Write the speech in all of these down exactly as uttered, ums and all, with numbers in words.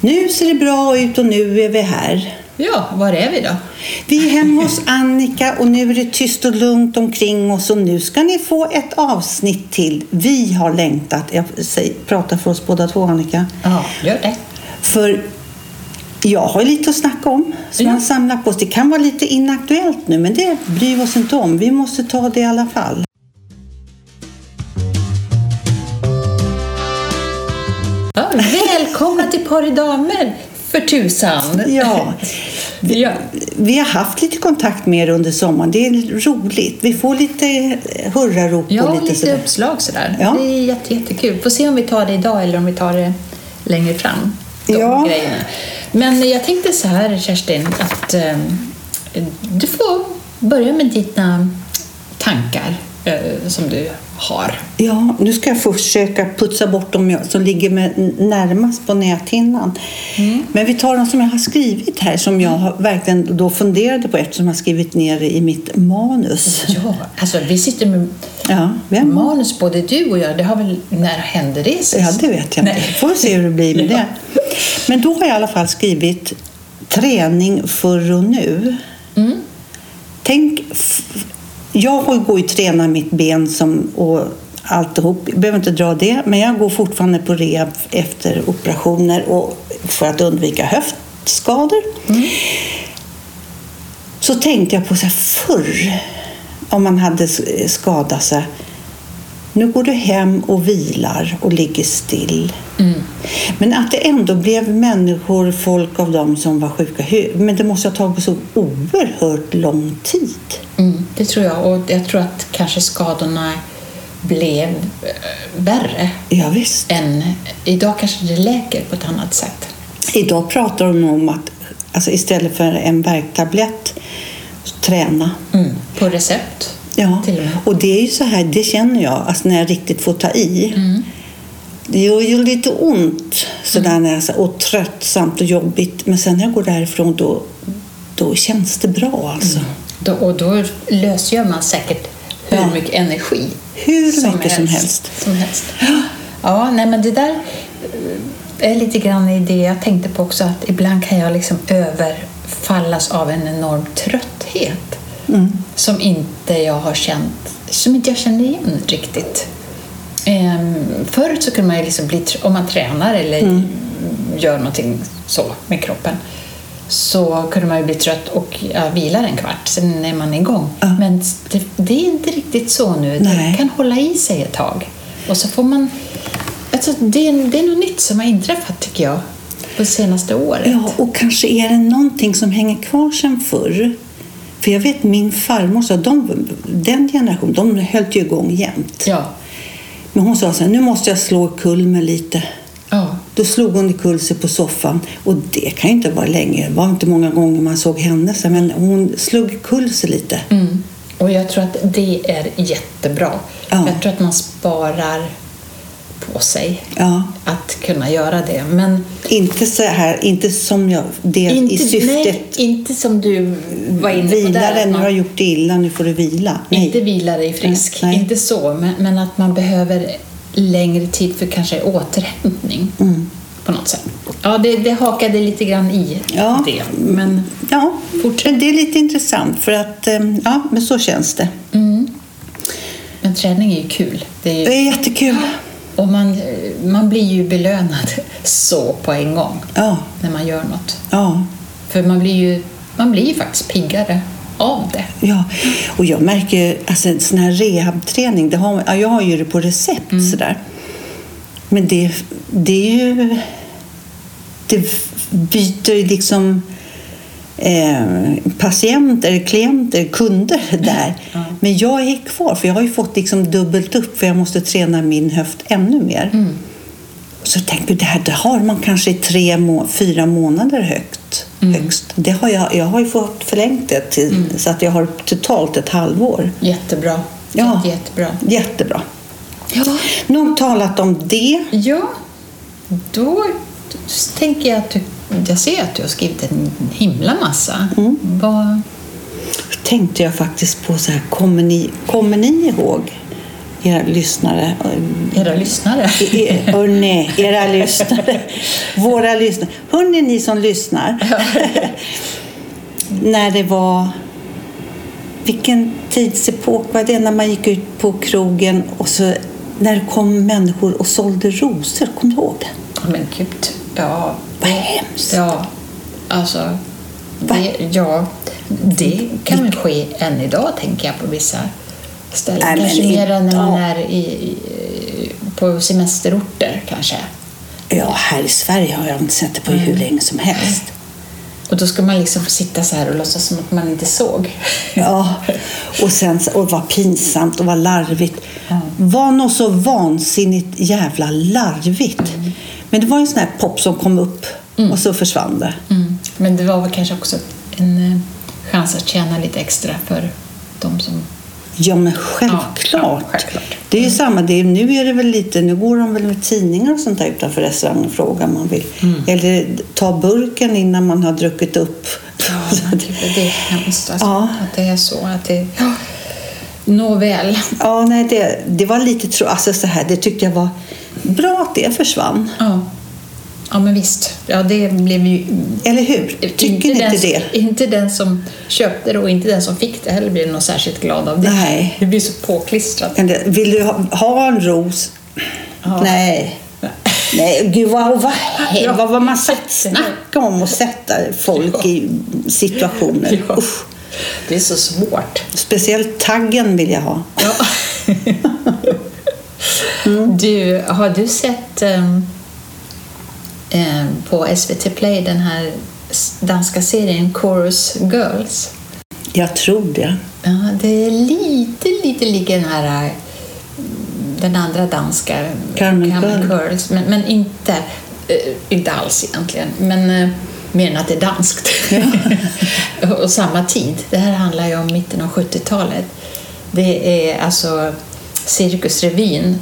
Nu ser det bra ut och nu är vi här. Ja, var är vi då? Vi är hemma hos Annika och nu är det tyst och lugnt omkring oss. Och nu ska ni få ett avsnitt till. Vi har längtat. Jag säger, pratar för oss båda två, Annika. Ja, gör det. För jag har lite att snacka om som Ja. jag samlar på oss. Det kan vara lite inaktuellt nu, men det bryr vi oss inte om. Vi måste ta det i alla fall. Ja, välkomna till Par i damer, för tusan. Ja. Vi, Ja. vi har haft lite kontakt med er under sommaren. Det är roligt. Vi får lite hurrarop och Ja, lite, lite sådär. uppslag sådär. Ja. Det är jätte, jättekul. Får se om vi tar det idag eller om vi tar det längre fram. De Ja. grejerna. Men jag tänkte så här, Kerstin, att eh, du får börja med dina tankar eh, som du har. Ja, nu ska jag försöka putsa bort dem som ligger med närmast på näthinnan. Mm. Men vi tar de som jag har skrivit här, som jag har verkligen då funderade på eftersom jag har skrivit ner det i mitt manus. Ja, alltså vi sitter med Ja, vem? manus, både du och jag. Det har väl, när hände det sist? Ja, det vet jag inte. Får vi se hur det blir med Ja. det. Men då har jag i alla fall skrivit träning förr och nu. Mm. Tänk, jag har går ju träna mitt ben som, och alltihop. Jag behöver inte dra det, men jag går fortfarande på rehab efter operationer och för att undvika höftskador. Mm. Så tänkte jag på så här, förr, om man hade skadat sig. Nu går du hem och vilar och ligger still. Mm. Men att det ändå blev människor, folk av dem som var sjuka. Men det måste ha tagit så oerhört lång tid. Mm, det tror jag. Och jag tror att kanske skadorna blev värre. Ja, visst. Än, idag kanske det läker på ett annat sätt. Idag pratar de om att alltså istället för en värktablett träna. Mm, på recept. Ja, och det är ju så här, det känner jag, alltså när jag riktigt får ta i. Mm. Det gör ju lite ont sådär mm. när jag, och tröttsamt och jobbigt. Men sen när jag går därifrån då, då känns det bra alltså. Mm. Då, och då lösgör man säkert hur ja. mycket energi hur som mycket helst. som helst. Som helst. Ja, nej men det där är lite grann i det jag tänkte på också. Att ibland kan jag liksom överfallas av en enorm trötthet. Mm. Som inte jag har känt, som inte jag känner igen riktigt. Ehm, förut så kunde man ju liksom bli, om man tränar eller mm. gör någonting så med kroppen, så kunde man ju bli trött och ja, vilar en kvart, sen är man igång. Mm. Men det, det är inte riktigt så nu. Nej. Det kan hålla i sig ett tag. Och så får man, alltså det, är, det är något nytt som har inträffat tycker jag på senaste året. Ja, och kanske är det någonting som hänger kvar sedan förr. För jag vet min farmor sa, de, den generationen, de höll ju igång jämt. Ja. Men hon sa så här, nu måste jag slå kull med lite. Ja. Då slog hon kull sig på soffan. Och det kan ju inte vara länge. Det var inte många gånger man såg henne. Men hon slog kull sig lite. Mm. Och jag tror att det är jättebra. Ja. Jag tror att man sparar på sig ja. att kunna göra det. Men inte så här, inte som jag, det inte, i syftet. Nej, inte som du var inne på vila där. Vila, nu har jag gjort det illa, nu får du vila. Nej. Inte vila dig frisk, nej. Inte så. Men, men att man behöver längre tid för kanske återhämtning mm. på något sätt. Ja, det, det hakade lite grann i ja. det. Men ja, fortsätt. Det är lite intressant för att, ja, men så känns det. Mm. Men träning är ju kul. Det är, ju... det är jättekul. Och man, man blir ju belönad så på en gång ja. när man gör något. Ja. För man blir ju, man blir ju faktiskt piggare av det. Ja, och jag märker alltså en sån här rehabträning, det har, jag har ju det på recept mm. sådär. Men det, det är ju, det byter liksom eh, patienter, klienter, kunder där. Mm. Men jag är kvar för jag har ju fått liksom dubbelt upp för jag måste träna min höft ännu mer. Mm. Så jag tänker, det här det har man kanske i tre, må- fyra månader högt. Mm. högst. Det har jag, jag har ju fått förlängt det till, mm. så att jag har totalt ett halvår. Jättebra. Ja, jättebra. Jättebra. Ja. Nog talat om det. Ja, då tänker jag att du, jag ser att du har skrivit en himla massa. Mm. Vad... Tänkte jag faktiskt på så här, kommer ni, kommer ni ihåg era lyssnare. Era lyssnare? Er, oh, nej, era lyssnare. Våra lyssnare. Hörrni, ni som lyssnar. När det var... Vilken tidsepok var det när man gick ut på krogen och så när det kom människor och sålde rosor? Kommer du ihåg det? Men gud, ja. Vad hemskt. Ja, alltså... Det, ja, det kan väl ske än idag, tänker jag, på vissa ställen. Nej, kanske mer än när man är i, i, på semesterorter, kanske. Ja, här i Sverige har jag inte sett det på mm. hur länge som helst. Och då ska man liksom sitta så här och låtsas som att man inte såg. Ja, och sen och var pinsamt och var larvigt. Mm. Var något så vansinnigt jävla larvigt. Mm. Men det var en sån här pop som kom upp mm. och så försvann det. Mm. Men det var väl kanske också en chans att tjäna lite extra för de som... Ja, men självklart. Ja, ja, självklart. Det är ju mm. samma. Det är, nu är det väl lite... Nu går de väl med tidningar och sånt där utanför restaurangen och frågar man vill. Mm. Eller ta burken innan man har druckit upp. Ja, det är hemskt alltså, ja. Att det är så. Att det... Ja. Nåväl. Ja, nej, det, det var lite... Tro, alltså så här, det tyckte jag var bra att det försvann. Ja. Ja, men visst. Ja, det blev ju... Eller hur? Tycker inte ni inte det? Som, inte den som köpte det och inte den som fick det heller blev nog särskilt glad av det. Nej. Det blir så påklistrat. Vill du ha, ha en ros? Ja. Nej. Nej, gud vad, vad, ja. vad var man satt snacka om och sätta folk ja. i situationer. Ja. Usch. Det är så svårt. Speciellt taggen vill jag ha. Ja. mm. Du, har du sett... Um, på S V T Play den här danska serien Chorus Girls? Jag tror det. Ja, det är lite, lite lika den här den andra danska Carmen Girls, men, men inte, inte alls egentligen. Men mer än att det är danskt. Ja. Och samma tid. Det här handlar ju om mitten av sjuttiotalet. Det är alltså Cirkusrevyn.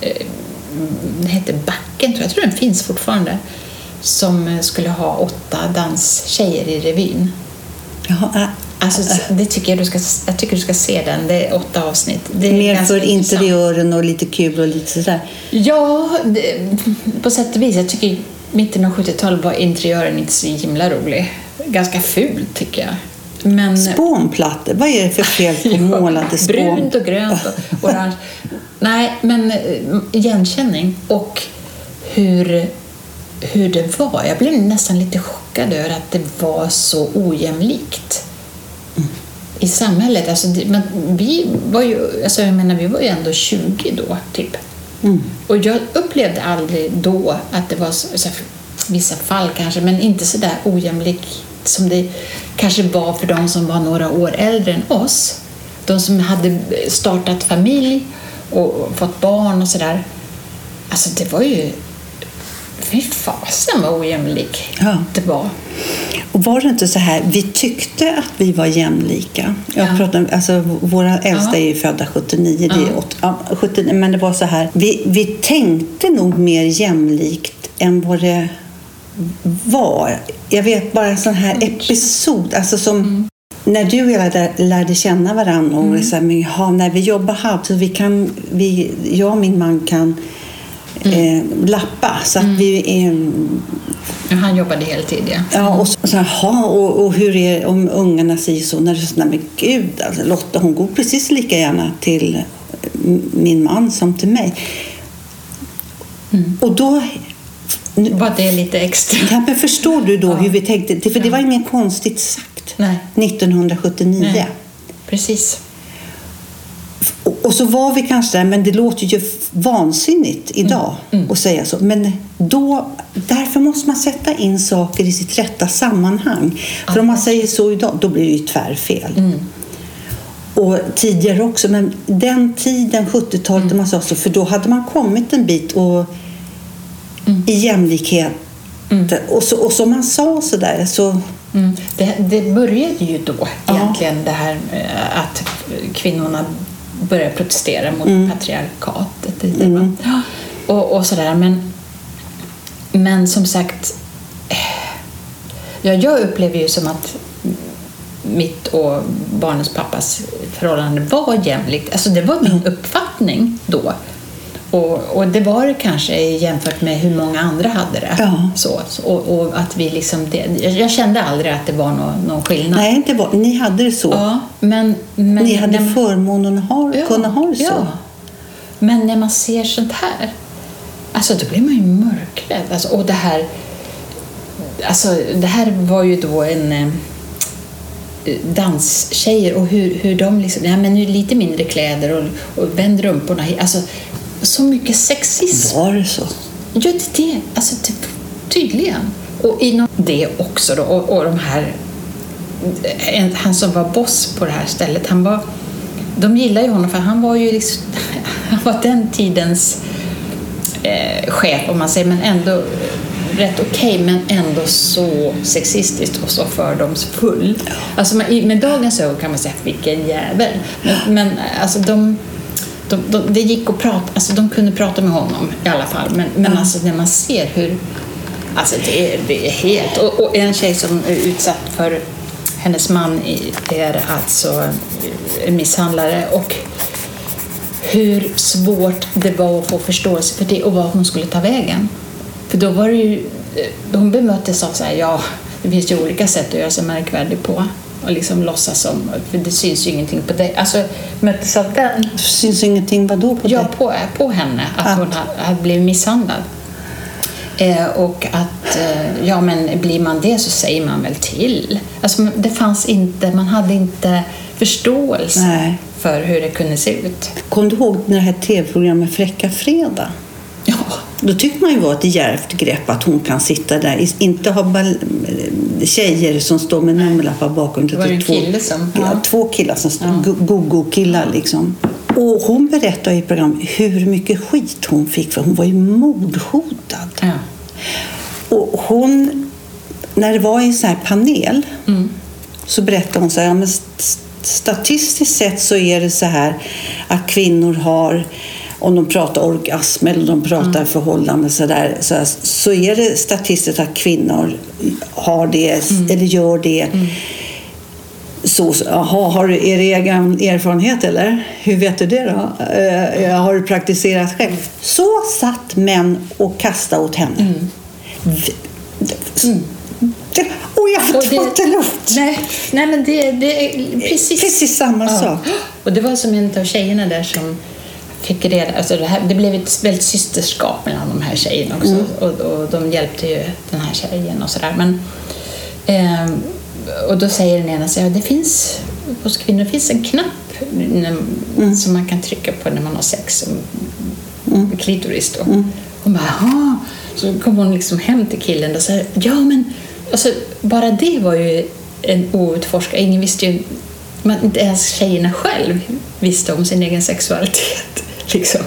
Den heter Backen, tror jag. jag tror den finns fortfarande, som skulle ha åtta danstjejer i revyn. Jaha, alltså, det tycker jag, du ska, jag tycker du ska se den. Det är åtta avsnitt. Det är mer för interiören och lite kul och lite sådär. Ja, det, på sätt och vis. Jag tycker mitten av sjuttiotalet var interiören inte så himla rolig. Ganska ful, tycker jag. Men, spånplattor, vad är det för fel på målade spån? Brunt och grönt och orange. Nej, men igenkänning och hur, hur det var. Jag blev nästan lite chockad över att det var så ojämlikt mm. i samhället. Alltså, men vi var ju, alltså jag menar, vi var ju ändå tjugo då, typ. Mm. Och jag upplevde aldrig då att det var så, så vissa fall kanske, men inte så där ojämlikt som det kanske var för de som var några år äldre än oss. De som hade startat familj och fått barn och sådär. Alltså det var ju... Fy fasen vad ojämlik ja. det var. Och var det inte så här, vi tyckte att vi var jämlika. Jag ja. pratar, alltså, våra äldsta ja. är ju födda sjuttionio, ja. det är åt, ja, sjuttionio, men det var så här, vi, vi tänkte nog mer jämlikt än vad det var. Jag vet bara en sån här episod, alltså som mm. när du och jag lärde känna varandra och mm. så här, men, ja, när vi jobbar här så vi kan, vi, jag och min man kan mm. eh, lappa så att mm. vi är... Ja, han jobbade heltid, ja. Ja, och, så, så här, och, och hur är om ungarna säger så när du säger, men gud, alltså, Lotta hon går precis lika gärna till min man som till mig. Mm. Och då var det lite extra. Ja, men förstår du då ja. hur vi tänkte? För det ja. var inget konstigt sagt. Nej. nittonhundrasjuttionio. Nej. Precis. Och, och så var vi kanske där, men det låter ju vansinnigt idag mm. Mm. att säga så. Men då, därför måste man sätta in saker i sitt rätta sammanhang. För mm. om man säger så idag, då blir det ju tvärfel. Mm. Och tidigare också, men den tiden, sjuttiotalet, mm. man sa så, för då hade man kommit en bit och Mm. i jämlikhet mm. och, så, och som man sa så där så mm. det, det började ju då egentligen ja. det här att kvinnorna började protestera mot mm. patriarkatet mm. och, och sådär, men men som sagt ja, jag upplever ju som att mitt och barnens pappas förhållande var jämlikt. Alltså det var min mm. uppfattning då. Och, och det var det kanske jämfört med hur många andra hade det. Ja. Så, och, och att vi liksom det, jag kände aldrig att det var någon, någon skillnad. Nej, det var, ni hade det så. Ja, men, men, ni hade när, förmånen att ha, ja, kunna ha det så. Ja. Men när man ser sånt här, alltså då blir man ju mörkrädd. Alltså, och det här, alltså, det här var ju då en eh, danstjejer och hur, hur de liksom, ja men nu lite mindre kläder och, och vänd rumporna. Alltså, så mycket sexism. Var det så? Ja, det, det alltså det, tydligen. Och inom det också då, och, och de här en, han som var boss på det här stället, han var, de gillar ju honom för han var ju liksom, han var den tidens eh, chef om man säger, men ändå rätt okej, okay, men ändå så sexistiskt och så fördomsfull. Alltså med, med dagens ögon kan man säga vilken jävel. Men, men alltså de De, de, det gick att prata, alltså de kunde prata med honom i alla fall, men, men mm. alltså när man ser hur, alltså det är, det är helt, och, och en tjej som är utsatt för, hennes man är alltså en misshandlare, och hur svårt det var att få förståelse för det och vad hon skulle ta vägen. För då var det ju, hon bemöttes av så här, ja, det finns ju olika sätt att göra sig märkvärdig på. Och liksom låtsas som, för det syns ju ingenting på dig. Alltså, möttes av den. Det syns ingenting vadå på ja, dig? På, på henne. Att, att. hon hade blivit misshandlad. Eh, och att, eh, ja men blir man det så säger man väl till. Alltså det fanns inte, man hade inte förståelse Nej. För hur det kunde se ut. Kom du ihåg när det här tv-programmet Fräcka fredag? Ja. Då tycker man ju var ett djärvt grepp att hon kan sitta där, inte ha ball- tjejer som står med nummerlappar bakom. Det var ju två, kille som, ja. Ja, två killar som står, ja. go-go-killar liksom. Och hon berättade i programmet hur mycket skit hon fick, för hon var ju mordhotad. Ja. Och hon, när det var i en sån här panel mm. så berättade hon så här, ja, men statistiskt sett så är det så här att kvinnor har, om de pratar orgasm eller de pratar mm. förhållande så, där, så, så är det statistiskt att kvinnor har det mm. eller gör det. Mm. Så, aha, har du er egen erfarenhet eller? Hur vet du det då? Uh, har du praktiserat själv? Så satt män och kastade åt henne. Mm. Mm. Och jag får inte luft. Nej, nej, men det, det är precis, precis samma ja. sak. Och det var som en av tjejerna där som fick reda, alltså det, här, det blev ett väldigt systerskap mellan de här tjejerna också. Mm. Och, och de hjälpte ju den här tjejen och sådär. Men eh, och då säger den ena så ja, det finns hos kvinnor finns en knapp när, mm. som man kan trycka på när man har sex, som mm. klitoris då. Mm. Hon bara, jaha. Så kom hon liksom hem till killen och sa, ja men alltså, bara det var ju en outforskad. Ingen visste ju, man, inte ens tjejerna själv visste om sin egen sexualitet. Liksom.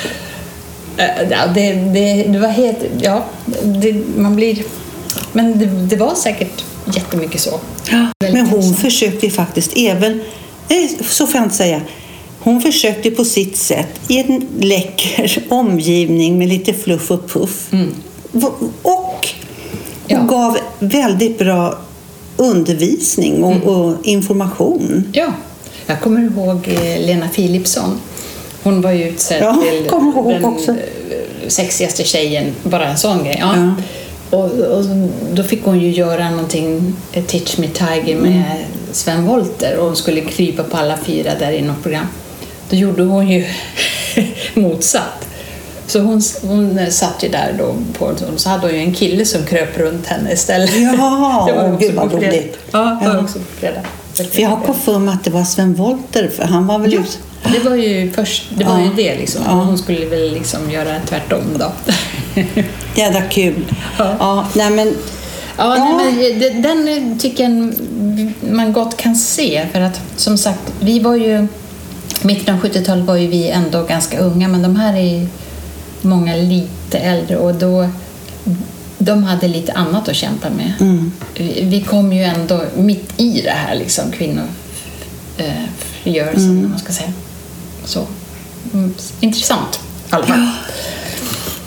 Ja, det, det, det var helt, ja, det, man blir, men det, det var säkert jättemycket så. Ja, men hon försökte ju faktiskt även, så får jag inte säga, hon försökte på sitt sätt i en läcker omgivning med lite fluff och puff. Mm. Och hon ja. gav väldigt bra undervisning och, mm. och information. Ja, jag kommer ihåg Lena Philipsson. Hon var ju utsedd ja, till den också. sexigaste tjejen, bara en sån grej. Ja. Ja. Och, och då fick hon ju göra någonting, Teach Me Tiger med mm. Sven Wollter, och hon skulle krypa på alla fyra där i något program. Då gjorde hon ju motsatt. Så hon, hon satt ju där då på, och så hade hon ju en kille som kröp runt henne istället. Ja, det var gud vad roligt. Ja, det var också på fredag. För jag har för mig att det var Sven Wollter, för han var väl ja, ut... det var ju först, det var ja. ju det liksom. Ja. Hon skulle väl liksom göra tvärtom då. Jävla kul. Ja, ja nej men... Ja, ja. Nej, men den tycker jag man gott kan se, för att som sagt, vi var ju mitten av sjuttiotalet var ju vi ändå ganska unga, men de här är många lite äldre, och då de hade lite annat att kämpa med. Mm. Vi, vi kom ju ändå mitt i det här liksom, kvinnofrigörelsen, mm. om man ska säga så. Mm, intressant i alla fall.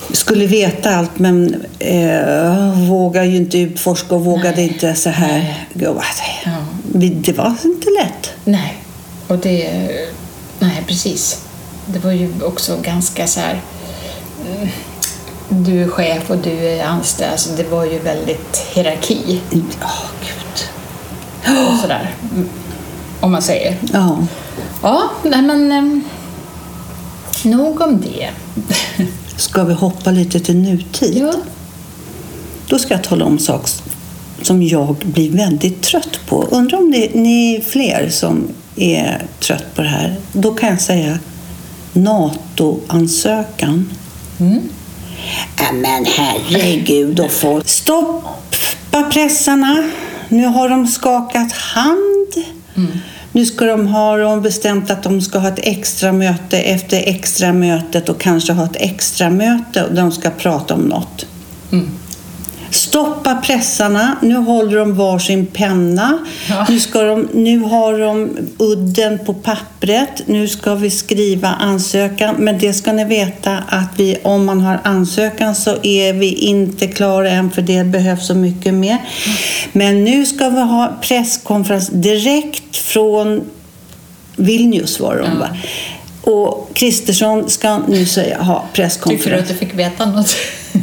skulle veta allt, men eh, vågar ju inte utforska och vågade nej, inte så här. Nej. Gå, ja. Det var inte lätt. Nej, och det... Nej, precis. Det var ju också ganska så här... Du är chef och du är anställd. Alltså det var ju väldigt hierarki. Åh, oh, gud. Och sådär. Om man säger. Ja. Ja, nej men... Um, nog om det. Ska vi hoppa lite till nutid? Ja. Då ska jag tala om saker som jag blir väldigt trött på. Undrar om det, ni är fler som är trött på det här. Då kan jag säga NATO-ansökan. Mm. Ja, men herregud och folk. Stoppa pressarna. Nu har de skakat hand. Mm. Nu ska de ha de bestämt att de ska ha ett extra möte efter extra mötet och kanske ha ett extra möte och de ska prata om något. Mm. Stoppa pressarna. Nu håller de varsin penna. Ja. Nu, ska de, nu har de udden på pappret. Nu ska vi skriva ansökan. Men det ska ni veta att vi, om man har ansökan så är vi inte klara än för det behövs så mycket mer. Mm. Men nu ska vi ha presskonferens direkt från Vilnius var de, ja. Va? Och Kristersson ska nu säga ha presskonferens. Tycker du att du fick veta något?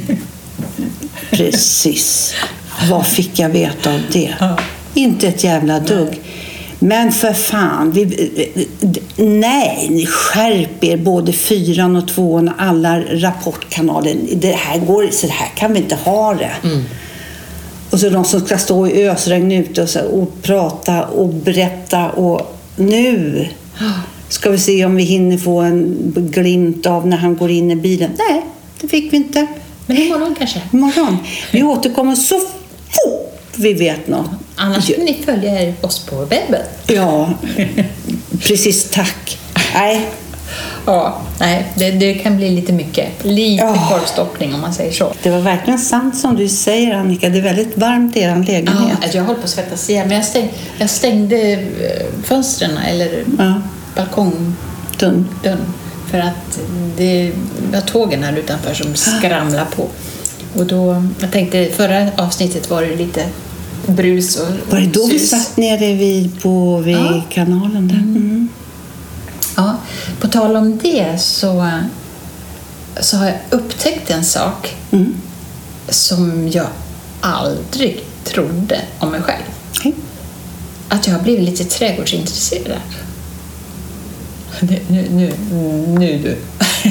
Precis. Vad fick jag veta av det? Ja. Inte ett jävla dugg. Nej. Men för fan, vi, nej, ni skärper er både fyran och tvåan och alla rapportkanaler. Det här går, så här kan vi inte ha det. Mm. Och så de som ska stå i ösregn ute och, så, och prata och berätta och nu ska vi se om vi hinner få en glimt av när han går in i bilen. Nej, det fick vi inte. Men imorgon kanske? Imorgon. Vi återkommer så fort vi vet något. Annars kan ni följa oss på webben. Ja, precis, tack. Nej. Ja, nej, det, det kan bli lite mycket. Lite oh. korvstoppning om man säger så. Det var verkligen sant som du säger, Annika. Det är väldigt varmt i er lägenhet. Ja, jag håller på att svettas igen. Men jag, stäng, jag stängde fönstren eller ja. balkongdörren. För att det var tågen här utanför som skramlar på. Och då, jag tänkte, förra avsnittet var det lite brus och var det då sus. Vi satt nere vid, på, vid ja. kanalen där? Mm. Ja, på tal om det så, så har jag upptäckt en sak mm. som jag aldrig trodde om mig själv. Okay. Att jag har blivit lite trädgårdsintresserad. Nu, nu, nu, nu du.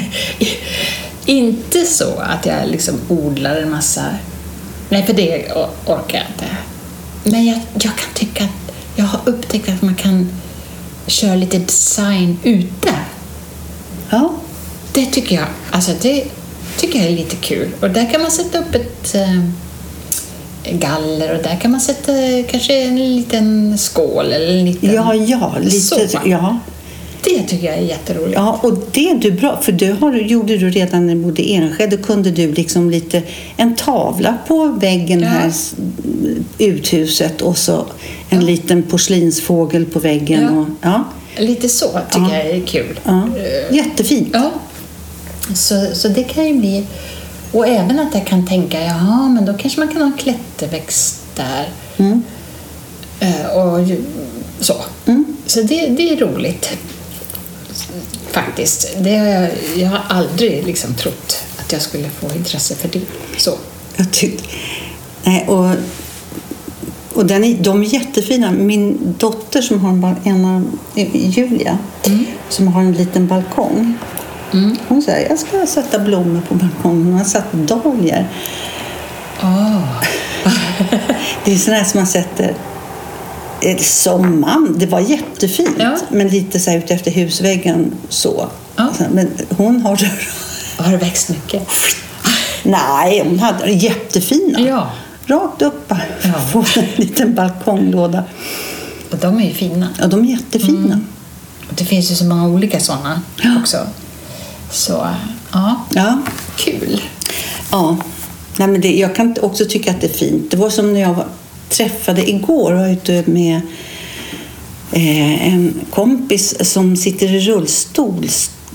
Inte så att jag liksom odlar en massa... Nej, för det orkar jag inte. Men jag, jag kan tycka att jag har upptäckt att man kan köra lite design ute. Ja. Det tycker jag, alltså det tycker jag är lite kul. Och där kan man sätta upp ett äh, galler och där kan man sätta kanske en liten skål eller en liten... Ja, ja, lite... Så. Ja. Det tycker jag är jätteroligt. Ja, och det är du bra. För det har, gjorde du redan när du bodde i Enskede. Då kunde du liksom lite... En tavla på väggen ja. här uthuset. Och så en ja. liten porslinsfågel på väggen. Ja. Och, ja. Lite så tycker ja. jag är kul. Ja. Jättefint. Ja. Så, så det kan ju bli... Och även att jag kan tänka, jaha, men då kanske man kan ha en klätterväxt där. Mm. Och så. Mm. Så det, det är roligt. Faktiskt. Det har jag, jag har aldrig liksom trott att jag skulle få intresse för det. Så. Jag tyckte... Nej, och... Och den är, de är jättefina. Min dotter som har en, en av Julia mm. som har en liten balkong. Mm. Hon säger, jag ska sätta blommor på balkongen. Hon har satt dahlior. Oh. Det är sådana här som man sätter som man. Det var jättefint. Ja. Men lite så här ut efter husväggen så. Ja. Men hon har... Har det växt mycket? Nej, hon hade jättefina. Ja. Rakt upp ja. På en liten balkonglåda. Och de är ju fina. Ja, de är jättefina. Mm. Och det finns ju så många olika sådana ja. också. Så, ja. Ja. Kul. Ja. Nej, men det, jag kan också tycka att det är fint. Det var som när jag var, träffade igår och var ute med eh, en kompis som sitter i rullstol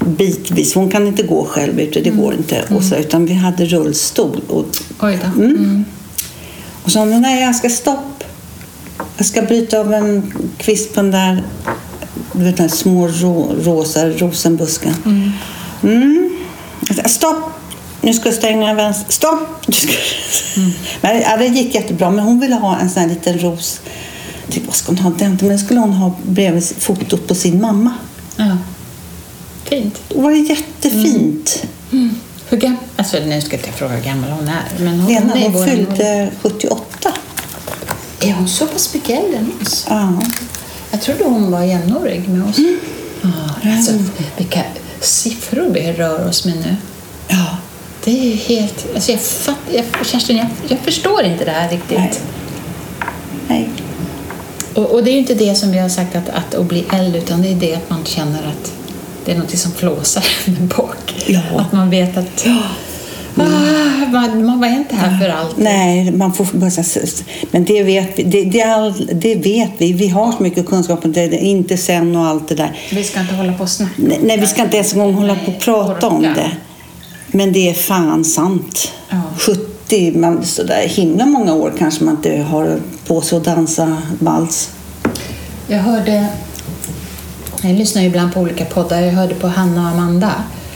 bitvis. Hon kan inte gå själv ute, det går inte. Mm. Och så, utan vi hade rullstol. Och, Oj då. Mm. Mm. Och så hon, nej jag ska stopp. Jag ska bryta av en kvist på den där, du vet, den små ro, rosa rosenbusken. Mm. Mm. Stopp! Nu ska jag stänga vänster. Stopp! Mm. Men, ja, det gick jättebra, men hon ville ha en sån här liten ros. Jag tyckte, vad ska hon ha den? Men skulle hon ha bredvid fotot på sin mamma. Ja. Fint. Det var jättefint. Mm. Mm. Hur gammal? Alltså, nu ska jag inte fråga hur gammal hon är. Men hon, Lena, hon, hon fyllde sjuttioåtta. Är hon så pass mycket äldre än oss? Ja. Jag trodde hon var jämnårig med oss. Mm. Ah, alltså, vilka siffror vi rör oss med nu. Ja. Det är helt... Alltså jag, fatt, jag, Kerstin, jag, jag förstår inte det här riktigt. Nej. Nej. Och, och det är ju inte det som vi har sagt att, att, att bli äldre, utan det är det att man känner att det är något som flåsar bak. Ja. Att man vet att... Ja. Mm. Ah, man, man var inte här för allt. Nej, man får börja, men det vet vi. Det, det, all, det vet vi. Vi har så mycket kunskap om det, det. Inte sen och allt det där. Vi ska inte hålla på och snacka. Nej, nej vi ska inte ens en gång hålla på och prata om det. Men det är fan sant. Ja. sjuttio, man, så där himla många år kanske man inte har på sig att dansa vals. Jag hörde, jag lyssnar ju ibland på olika poddar, jag hörde på Hanna och Amanda.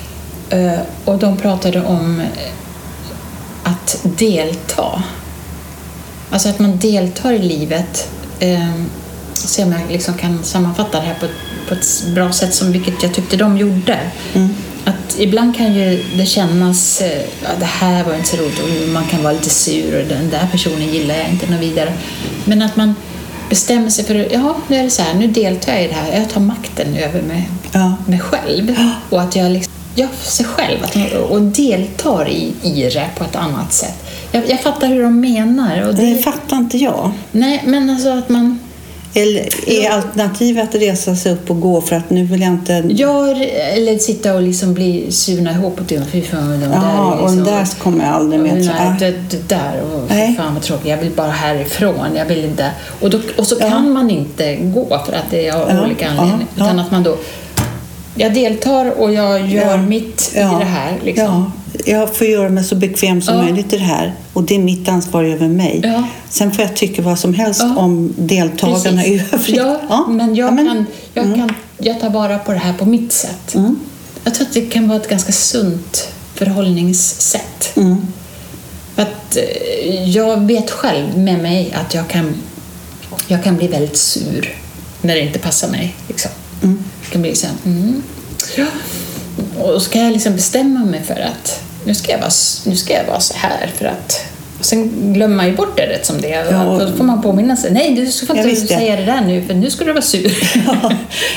Och de pratade om att delta. Alltså att man deltar i livet. Se om jag liksom kan sammanfatta det här på, på ett bra sätt, som vilket jag tyckte de gjorde. Mm. Att ibland kan ju det kännas, ja, det här var inte så roligt, och man kan vara lite sur och den där personen gillar jag inte något vidare. Men att man bestämmer sig för, ja, nu är det så här, nu deltar jag i det här, jag tar makten över mig, ja. mig själv. Och att jag liksom, jag sig själv att, och deltar i, i det på ett annat sätt. Jag, jag fattar hur de menar. Och det, det fattar inte jag. Nej, men alltså att man... Eller är alternativet att resa sig upp och gå för att nu vill jag inte... Ja, eller sitta och liksom bli surna ihop och tycka, fy fan, de ja, där liksom, och den där kommer jag aldrig med. Nej, det, det där, och fy fan vad tråkigt, jag vill bara härifrån, jag vill inte... Och, då, och så ja. kan man inte gå för att det är av ja, olika anledningar, ja, utan ja. att man då... Jag deltar och jag gör ja, mitt ja, i det här. Liksom. Ja, jag får göra mig så bekväm som ja. möjligt i det här. Och det är mitt ansvar över mig. Ja. Sen får jag tycka vad som helst ja. om deltagarna i övrigt. Ja, ja, men jag, ja, men, kan, jag mm. kan jag tar vara på det här på mitt sätt. Mm. Jag tror att det kan vara ett ganska sunt förhållningssätt. Mm. För att jag vet själv med mig att jag kan, jag kan bli väldigt sur när det inte passar mig. Liksom. Mm. Jag kan bli så här, mm. ja. Och så kan jag liksom bestämma mig för att nu ska jag vara, nu ska jag vara så här, för att och sen glömmer man ju bort det rätt som det. Ja. Och då får man påminna sig, nej, du ska inte säga det där nu, för nu ska du vara sur. Ja.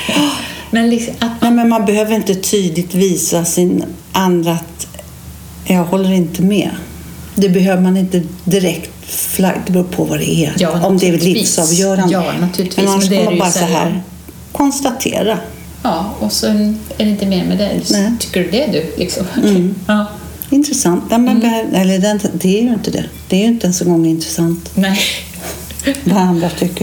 men, liksom att man... nej, men man behöver inte tydligt visa sin andra att jag håller inte med. Det behöver man inte direkt flagga, det beror på vad det är. Ja, om det är livsavgörande. Ja, naturligtvis. Men annars men det ska man bara så här, här konstatera. Ja, och så är det inte mer med det. Nej. Tycker du det du? Liksom. Mm. Ja. Intressant. Ja, men mm. eller det, det är ju inte det. Det är ju inte ens en gång intressant. Nej. Vad andra tycker.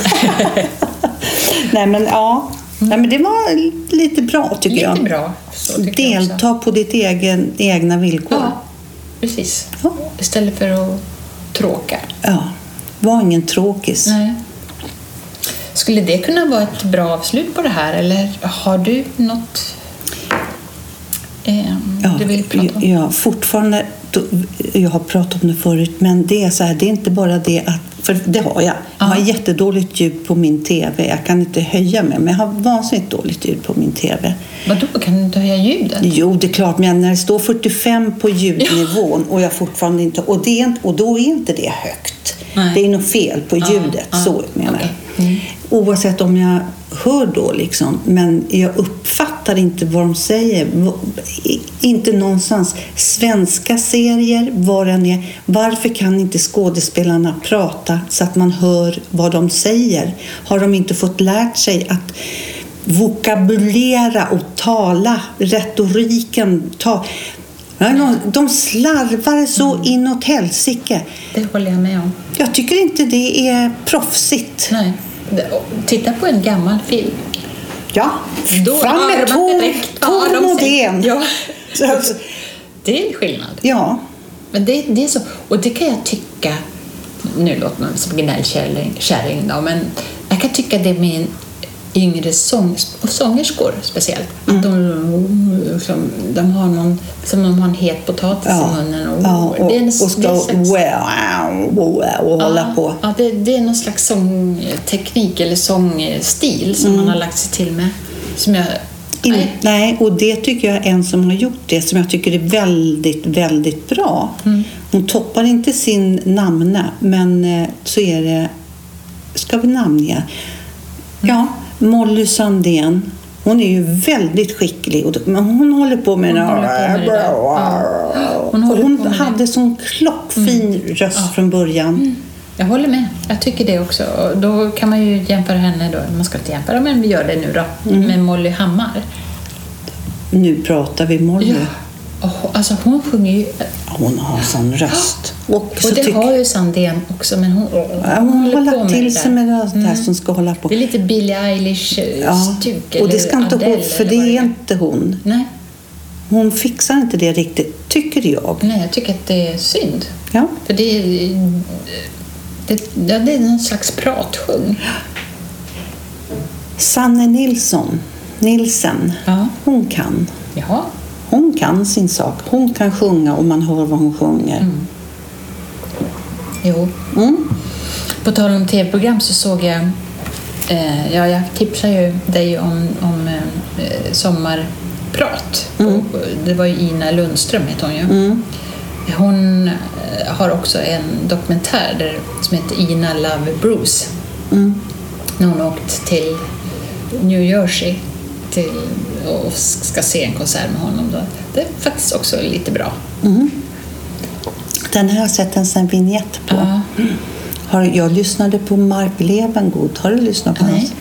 Nej, men ja. Mm. Nej, men det var lite bra tycker lite jag. Lite bra. Så delta jag på ditt egen, egna villkor. Ja, precis. Ja. Istället för att tråka. Ja, var ingen tråkis. Nej. Skulle det kunna vara ett bra avslut på det här? Eller har du något eh, ja, du vill prata om? Ja, fortfarande. Jag har pratat om det förut, men det är så här, det är inte bara det att, för det har jag. Jag har jättedåligt ljud på min tv. Jag kan inte höja mig, men jag har vansinnigt dåligt ljud på min tv. Vadå, kan du inte höja ljudet? Jo, det är klart, men när det står fyrtiofem på ljudnivån ja. och jag fortfarande inte, och, det är inte, och då är inte det högt. Nej. Det är nog fel på ljudet, ja, så menar jag. Okay. Mm. Oavsett om jag hör då liksom, men jag uppfattar inte vad de säger, inte någonstans. Svenska serier, var den är, varför kan inte skådespelarna prata så att man hör vad de säger? Har de inte fått lärt sig att vokabulera och tala, retoriken, ta... de slarvar så mm. inåt helsike. Det håller jag med om. Jag tycker inte det är proffsigt. Nej. Titta på en gammal film. Ja, Då fram med hör man direkt vad Tor de Modén. säger. Ja. Så att- Det är skillnad. Ja, Men det, det är så. Och det kan jag tycka, nu låter man som gnällkärring kärring då, men jag kan tycka det med yngre sång, och sångerskor speciellt. Mm. Att de, liksom, de har någon, som de har en het potatis ja. i munnen. Och, ja och, det är en, och ska det är en slags, wow, wow, och hålla ja, på. Ja, det, det är någon slags sångteknik eller sångstil som Mm. man har lagt sig till med. Som jag, In, nej. nej, och det tycker jag är en som har gjort det som jag tycker är väldigt, väldigt bra. Mm. Hon toppar inte sin namne, men eh, så är det, ska vi namnge? Ja, Molly Sandén. Hon är ju väldigt skicklig, och, men hon håller på med Hon den håller på med det där. Ja. Hon, håller hon på med hade det. sån klockfin röst Ja. från början. Mm. Jag håller med. Jag tycker det också. Och då kan man ju jämföra henne då. Man ska inte jämföra, men vi gör det nu då. Mm. Med Molly Hammar. Nu pratar vi Molly. Ja. Och, alltså hon sjunger ju... Hon har sån röst. Och, Och så det tyck- har ju Sandén också, men hon, ja, hon håller har på lagt till sig det med där. det där som ska hålla på. Det är lite Billie Eilish-stuk. Ja, och det ska inte hon, för det är inte hon. Nej. Hon fixar inte det riktigt, tycker jag. Nej, jag tycker att det är synd. Ja. För det är, det, ja, det är någon slags pratsjung. Sanne Nilsson, Nilsen, Ja. hon kan. Jaha. Hon kan sin sak. Hon kan sjunga och man hör vad hon sjunger. Mm. Jo. Mm. På tal om tv-program så såg jag, eh, ja, jag tipsade ju dig om, om eh, sommarprat. Mm. Och det var ju Ina Lundström, heter hon ju. Mm. Hon eh, har också en dokumentär där, som heter Ina Love Bruce. Mm. När hon åkt till New Jersey till, och ska se en konsert med honom. Då. Det är faktiskt också lite bra. Mm. Den har jag sett en sen vignett på. Ja. Mm. Har, jag lyssnade på Mark Levengood. Har du lyssnat på Nej. hans?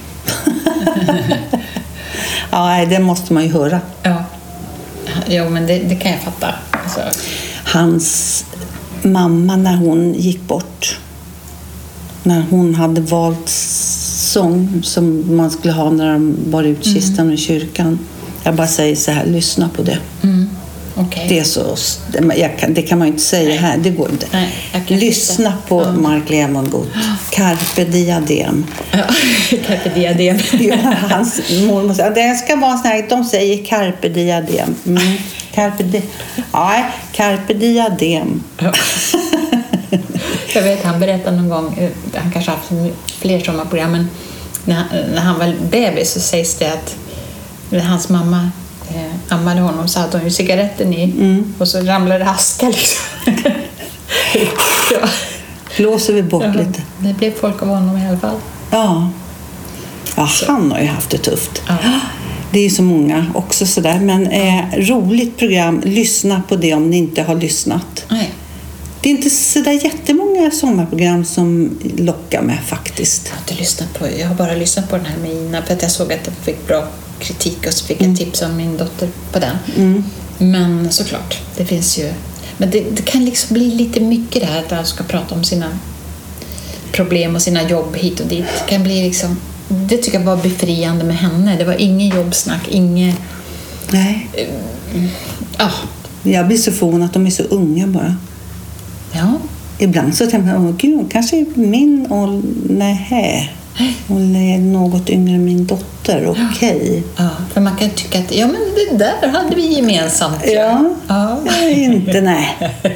Ja, nej, det måste man ju höra. Ja, jo, men det, det kan jag fatta. Alltså, Hans mamma, när hon gick bort, när hon hade valt sång som man skulle ha när de bar ut kistan ur kyrkan. Jag bara säger så här, lyssna på det. mm, okej. Det är så, jag kan, det kan man ju inte säga här, det går inte. Nej, jag kan Lyssna inte. på Ja. Mark Levengood. Carpe diadem. Ja, carpe diadem. Ja, hans mormor sa, det ska vara så här, de säger carpe diadem. Mm. Carpe di- ja, carpe diadem. Ja. Jag vet, han berättade någon gång, eh, han kanske har haft fler sommarprogram, men när, när han var bebis så sägs det att när hans mamma eh, ammade honom så hade hon ju cigaretten i Mm. och så ramlade det aska liksom. Ja. Blåser vi bort Ja, lite. det blev folk av honom i alla fall. Ja. Ja, han har ju haft det tufft. Ja. Det är ju så många också sådär. Men eh, roligt program. Lyssna på det om ni inte har lyssnat. Nej. Det är inte sådär jättemånga sommarprogram som lockar med faktiskt. Jag har inte lyssnat på, jag har bara lyssnat på den här med Ina för att jag såg att den fick bra kritik och så fick jag Mm. tips om min dotter på den. Mm. Men såklart, det finns ju, men det, det kan liksom bli lite mycket det här att jag ska prata om sina problem och sina jobb hit och dit. Det kan bli liksom, det tycker jag var befriande med henne. Det var ingen jobbsnack, inget, Nej. ja, Jag blir så förvånad att de är så unga bara. ja. Ibland så tänker jag, åh gud, hon kanske är min ålder. Nej. Hon är något yngre än min dotter. Okej. Ja, för man kan tycka att ja, men det där hade vi gemensamt. Ja. Ja. Nej, inte nej.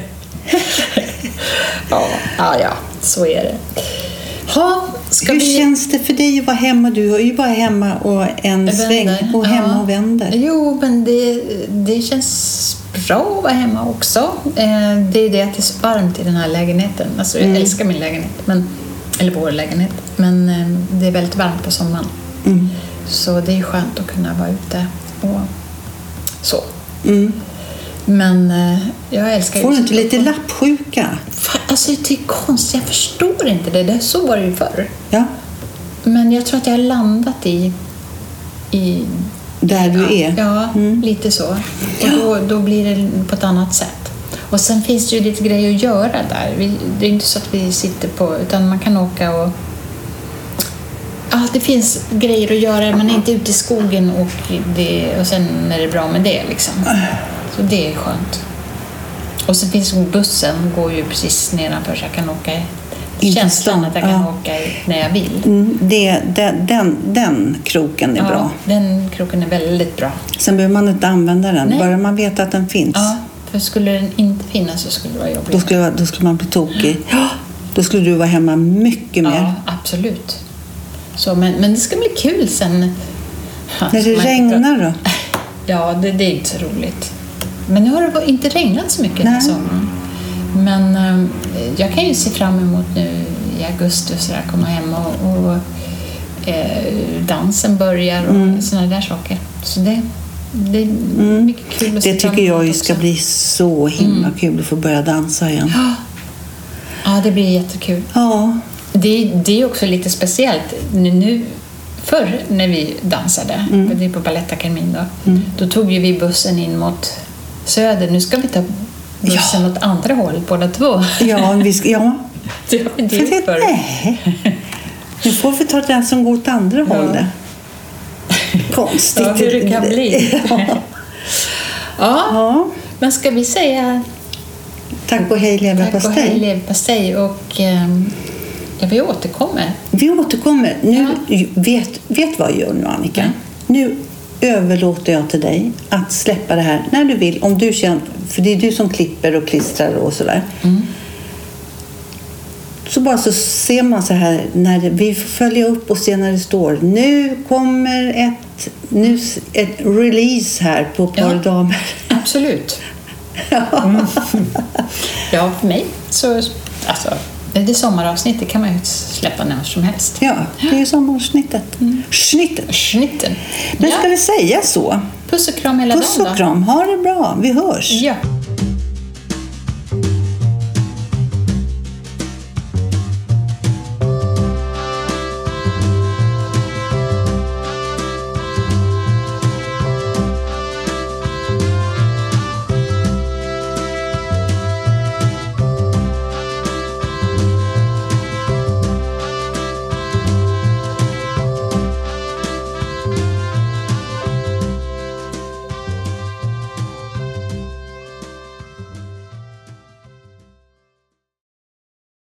Ja, ja, ja, så är det. Ha, ska Hur vi... känns det för dig att vara hemma? Du är ju bara hemma och en Vänder. sväng och hemma Ja. och vänder. Jo, men det, det känns bra att vara hemma också. Eh, det är det att det är så varmt i den här lägenheten. Alltså, jag Mm. älskar min lägenhet, men, eller vår lägenhet. Men eh, det är väldigt varmt på sommaren. Mm. Så det är skönt att kunna vara ute och så. Mm. Men eh, jag älskar Får du ju inte lite Stockholm. lappsjuka? Fan, alltså det är konstigt, jag förstår inte det. det. Så var det ju förr. Ja, Men jag tror att jag har landat i... i där du ja, är. Ja, Mm. lite så. Och då, då blir det på ett annat sätt. Och sen finns det ju lite grejer att göra där. Vi, det är inte så att vi sitter på... Utan man kan åka och... ja, det finns grejer att göra. Man är inte ute i skogen och, det, och sen är det bra med det. Liksom. Så det är skönt. Och så finns bussen, går ju precis nedanför så jag kan åka i. Känslan att jag kan ja. åka i när jag vill. Mm, det, den, den, den kroken är ja, bra. Den kroken är väldigt bra. Sen behöver man inte använda den, Nej. bara man vet att den finns. Ja, för skulle den inte finnas så skulle det vara jobbigt. Då skulle, då skulle man bli tokig. Ja, då skulle du vara hemma mycket mer. Ja, absolut. Så, men, men det ska bli kul sen. När det regnar då? Ja, det, det är inte så roligt. Men nu har det inte regnat så mycket den här sommaren. Men eh, jag kan ju se fram emot nu i augusti och så där, komma hem och, och eh, dansen börjar och mm. sådana där saker. Så det, det är mm. mycket kul att se Det fram tycker jag ju också. Ska bli så himla mm. kul att få börja dansa igen. Ja, ja det blir jättekul. Ja. Det, det är också lite speciellt. Nu, förr när vi dansade, mm. det är på Balettakademin då, mm. då tog ju vi bussen in mot söder. Nu ska vi ta bussen ja. åt andra håll, båda två. Ja, vi ska, ja. Det har vi inte gjort förr. Nej. Nu får vi ta den som går åt andra ja. hållet. Konstigt. Ja, hur det kan bli. Ja. Ja. ja, men ska vi säga tack och hej leverpastej. Tack och hej leverpastej och um, ja, vi återkommer. Vi återkommer. Nu, ja. vet, vet vad jag gör nu, Annika? Mm. Nu överlåter jag till dig att släppa det här när du vill. Om du känner, för det är du som klipper och klistrar och sådär. Mm. Så bara så ser man så här, när det, vi får följa upp och se när det står nu kommer ett, nu, ett release här på ett par ja, damer. Absolut. Mm. Ja, för mig så alltså, det är sommaravsnitt, det kan man ju släppa när som helst. Ja, det är ju sommaravsnittet. Mm. Snitten. Snitten. Men ja. ska vi säga så? Puss och kram hela Puss dagen då. Puss och kram, ha det bra, vi hörs. Ja.